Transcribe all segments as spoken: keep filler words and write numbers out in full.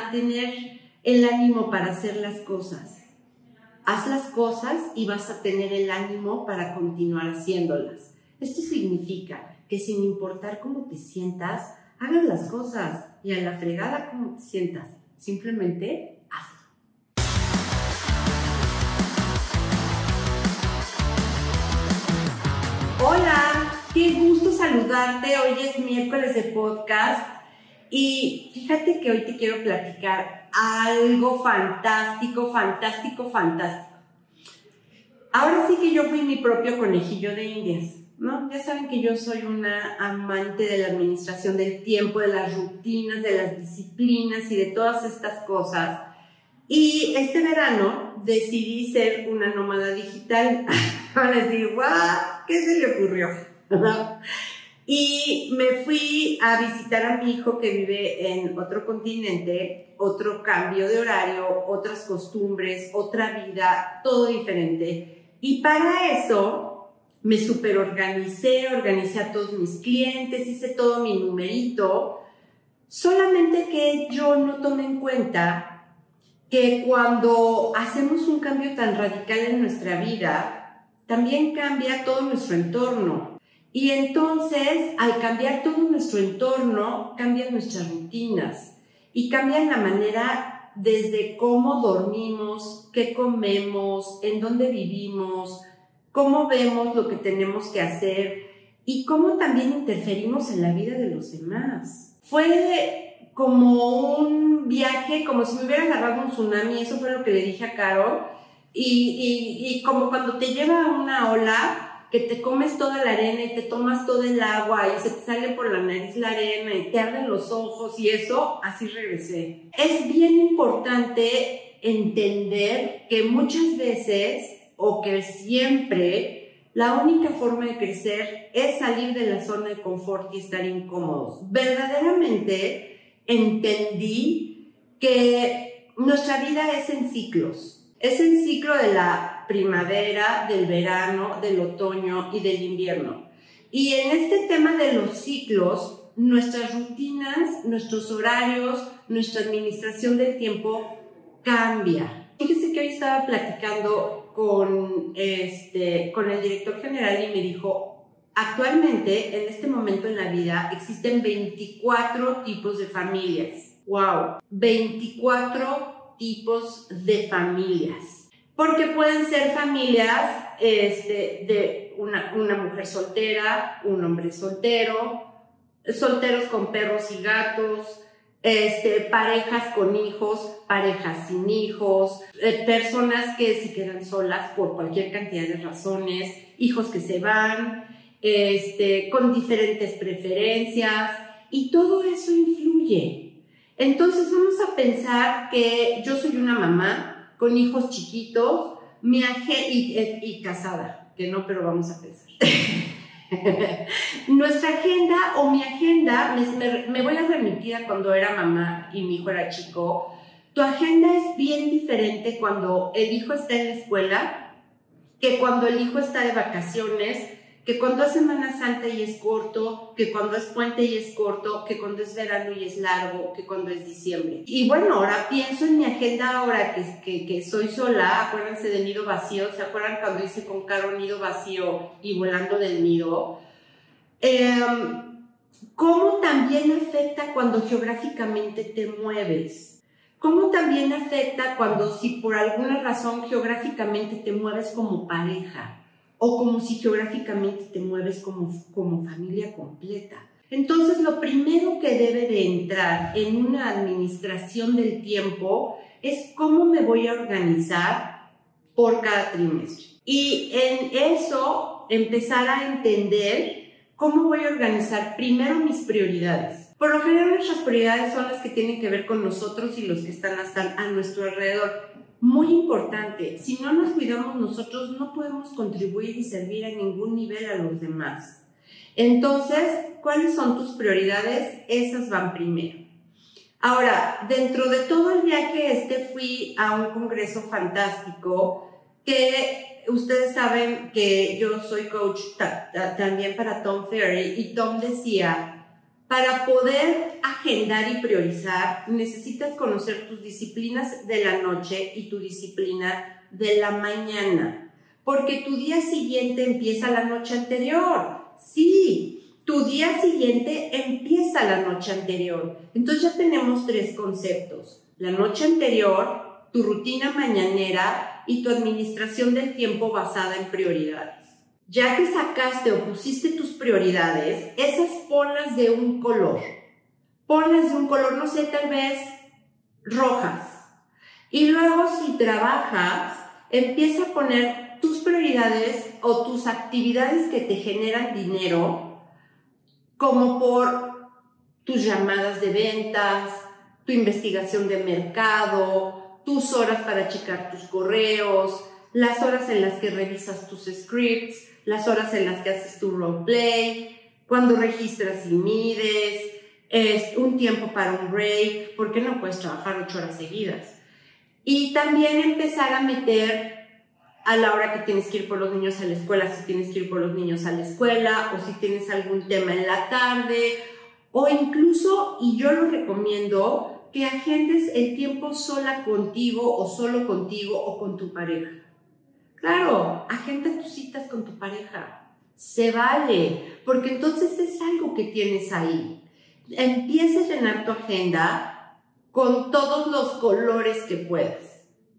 a tener el ánimo para hacer las cosas. Haz las cosas y vas a tener el ánimo para continuar haciéndolas. Esto significa que sin importar cómo te sientas, hagas las cosas y a la fregada cómo te sientas. Simplemente hazlo. Hola, qué gusto saludarte. Hoy es miércoles de podcast y fíjate que hoy te quiero platicar algo fantástico, fantástico, fantástico. Ahora sí que yo fui mi propio conejillo de indias, ¿no? Ya saben que yo soy una amante de la administración del tiempo, de las rutinas, de las disciplinas y de todas estas cosas. Y este verano decidí ser una nómada digital. Van a decir, ¿what? ¿Qué se le ocurrió? Y me fui a visitar a mi hijo que vive en otro continente, otro cambio de horario, otras costumbres, otra vida, todo diferente. Y para eso me superorganicé, organicé a todos mis clientes, hice todo mi numerito, solamente que yo no tomé en cuenta que cuando hacemos un cambio tan radical en nuestra vida, también cambia todo nuestro entorno. Y entonces, al cambiar todo nuestro entorno, cambian nuestras rutinas y cambian la manera desde cómo dormimos, qué comemos, en dónde vivimos, cómo vemos lo que tenemos que hacer y cómo también interferimos en la vida de los demás. Fue como un viaje, como si me hubiera agarrado un tsunami, eso fue lo que le dije a Caro, y, y, y como cuando te lleva una ola, que te comes toda la arena y te tomas todo el agua y se te sale por la nariz la arena y te arden los ojos y eso, así regresé. Es bien importante entender que muchas veces, o que siempre, la única forma de crecer es salir de la zona de confort y estar incómodos. Verdaderamente entendí que nuestra vida es en ciclos. Es el ciclo de la primavera, del verano, del otoño y del invierno. Y en este tema de los ciclos, nuestras rutinas, nuestros horarios, nuestra administración del tiempo cambia. Fíjense que hoy estaba platicando con, este, con el director general y me dijo, actualmente, en este momento en la vida, existen veinticuatro tipos de familias. ¡Wow! veinticuatro tipos de familias, porque pueden ser familias este, de una, una mujer soltera, un hombre soltero, solteros con perros y gatos, este, parejas con hijos, parejas sin hijos, eh, personas que se quedan solas por cualquier cantidad de razones, hijos que se van, este, con diferentes preferencias, y todo eso influye. Entonces vamos a pensar que yo soy una mamá con hijos chiquitos mi aje y, y, y casada, que no, pero vamos a pensar. Nuestra agenda o mi agenda, me, me, me voy a remitir a cuando era mamá y mi hijo era chico. Tu agenda es bien diferente cuando el hijo está en la escuela que cuando el hijo está de vacaciones, que cuando es Semana Santa y es corto, que cuando es puente y es corto, que cuando es verano y es largo, que cuando es diciembre. Y bueno, ahora pienso en mi agenda ahora que, que, que soy sola, acuérdense del nido vacío, ¿se acuerdan cuando hice con Caro nido vacío y volando del nido? Eh, ¿Cómo también afecta cuando geográficamente te mueves? ¿Cómo también afecta cuando si por alguna razón geográficamente te mueves como pareja? O como si geográficamente te mueves como, como familia completa. Entonces, lo primero que debe de entrar en una administración del tiempo es cómo me voy a organizar por cada trimestre. Y en eso, empezar a entender cómo voy a organizar primero mis prioridades. Por lo general, nuestras prioridades son las que tienen que ver con nosotros y los que están hasta a nuestro alrededor. Muy importante, si no nos cuidamos nosotros, no podemos contribuir y servir a ningún nivel a los demás. Entonces, ¿cuáles son tus prioridades? Esas van primero. Ahora, dentro de todo el viaje este fui a un congreso fantástico que ustedes saben que yo soy coach ta ta también para Tom Ferry y Tom decía, Para poder agendar y priorizar, necesitas conocer tus disciplinas de la noche y tu disciplina de la mañana, porque tu día siguiente empieza la noche anterior. Sí, tu día siguiente empieza la noche anterior. Entonces ya tenemos tres conceptos: la noche anterior, tu rutina mañanera y tu administración del tiempo basada en prioridades. Ya que sacaste o pusiste tus prioridades, esas ponlas de un color. Ponlas de un color, no sé, tal vez rojas. Y luego, si trabajas, empieza a poner tus prioridades o tus actividades que te generan dinero, como por tus llamadas de ventas, tu investigación de mercado, tus horas para checar tus correos, las horas en las que revisas tus scripts, las horas en las que haces tu roleplay, cuando registras y mides, es un tiempo para un break, porque no puedes trabajar ocho horas seguidas. Y también empezar a meter a la hora que tienes que ir por los niños a la escuela, si tienes que ir por los niños a la escuela, o si tienes algún tema en la tarde, o incluso, y yo lo recomiendo, que agendes el tiempo sola contigo o solo contigo o con tu pareja. Claro, agenda tus citas con tu pareja. Se vale, porque entonces es algo que tienes ahí. Empieza a llenar tu agenda con todos los colores que puedas.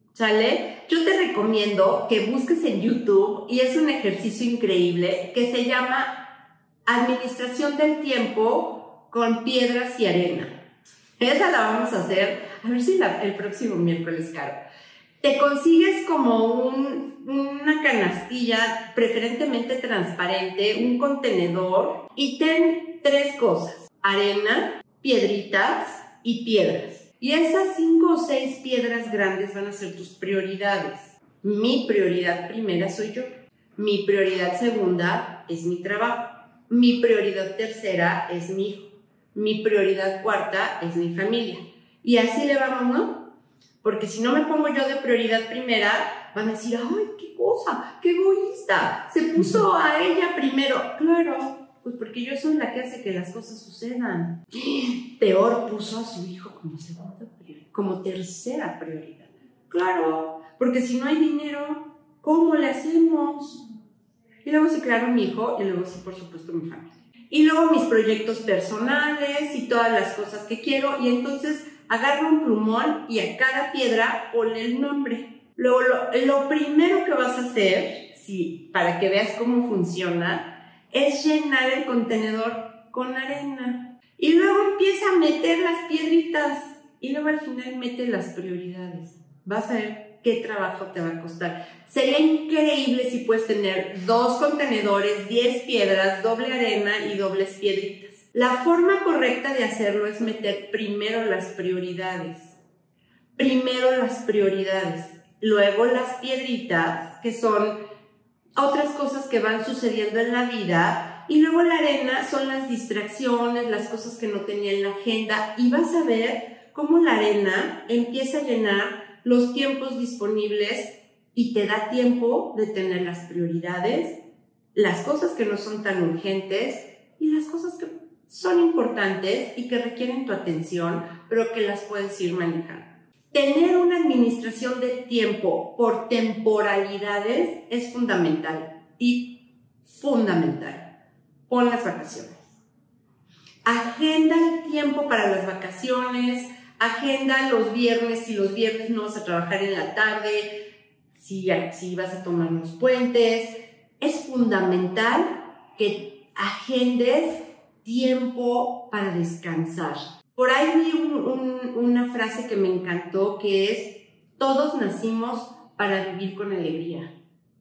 ¿Sale? Yo te recomiendo que busques en YouTube, y es un ejercicio increíble, que se llama Administración del Tiempo con Piedras y Arena. Esa la vamos a hacer, a ver si la, el próximo miércoles, Caro. Te consigues como un, una canastilla, preferentemente transparente, un contenedor, y ten tres cosas: arena, piedritas y piedras. Y esas cinco o seis piedras grandes van a ser tus prioridades. Mi prioridad primera soy yo. Mi prioridad segunda es mi trabajo. Mi prioridad tercera es mi hijo. Mi prioridad cuarta es mi familia. Y así le vamos, ¿no? Porque si no me pongo yo de prioridad primera, van a decir: ¡ay, qué cosa! ¡Qué egoísta! Se puso a ella primero. Claro, pues porque yo soy la que hace que las cosas sucedan. Peor, puso a su hijo como segunda prioridad, como tercera prioridad. Claro, porque si no hay dinero, ¿cómo le hacemos? Y luego sí, claro, mi hijo, y luego sí, por supuesto, mi familia. Y luego mis proyectos personales y todas las cosas que quiero, y entonces agarra un plumón y a cada piedra ponle el nombre. Luego, lo, lo primero que vas a hacer, sí, para que veas cómo funciona, es llenar el contenedor con arena. Y luego empieza a meter las piedritas. Y luego al final mete las prioridades. Vas a ver qué trabajo te va a costar. Sería increíble si puedes tener dos contenedores, diez piedras, doble arena y dobles piedritas. La forma correcta de hacerlo es meter primero las prioridades. Primero las prioridades. Luego las piedritas, que son otras cosas que van sucediendo en la vida. Y luego la arena son las distracciones, las cosas que no tenía en la agenda. Y vas a ver cómo la arena empieza a llenar los tiempos disponibles y te da tiempo de tener las prioridades, las cosas que no son tan urgentes y las cosas que son importantes y que requieren tu atención, pero que las puedes ir manejando. Tener una administración del tiempo por temporalidades es fundamental y fundamental. Pon las vacaciones. Agenda el tiempo para las vacaciones, agenda los viernes, si los viernes no vas a trabajar en la tarde, si, si vas a tomar los puentes. Es fundamental que agendes tiempo para descansar. Por ahí vi un, un, una frase que me encantó, que es: todos nacimos para vivir con alegría.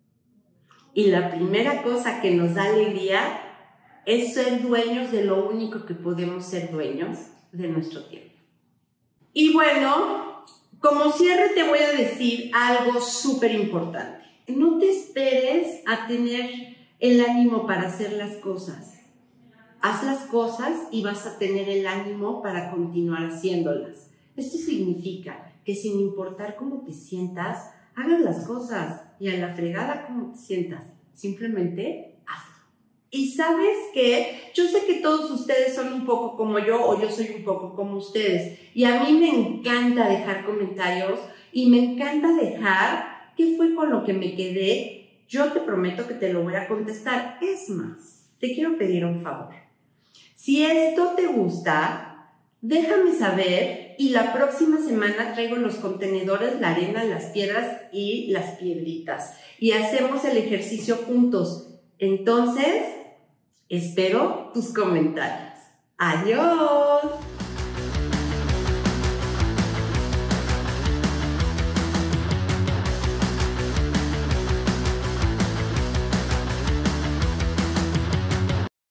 Y la primera cosa que nos da alegría es ser dueños de lo único que podemos ser dueños, de nuestro tiempo. Y bueno, como cierre te voy a decir algo súper importante. No te esperes a tener el ánimo para hacer las cosas. Haz las cosas y vas a tener el ánimo para continuar haciéndolas. Esto significa que sin importar cómo te sientas, hagas las cosas, y a la fregada como te sientas, simplemente hazlo. Y ¿sabes qué? Yo sé que todos ustedes son un poco como yo o yo soy un poco como ustedes. Y a mí me encanta dejar comentarios y me encanta dejar qué fue con lo que me quedé. Yo te prometo que te lo voy a contestar. Es más, te quiero pedir un favor. Si esto te gusta, déjame saber y la próxima semana traigo los contenedores, la arena, las piedras y las piedritas. Y hacemos el ejercicio juntos. Entonces, espero tus comentarios. ¡Adiós!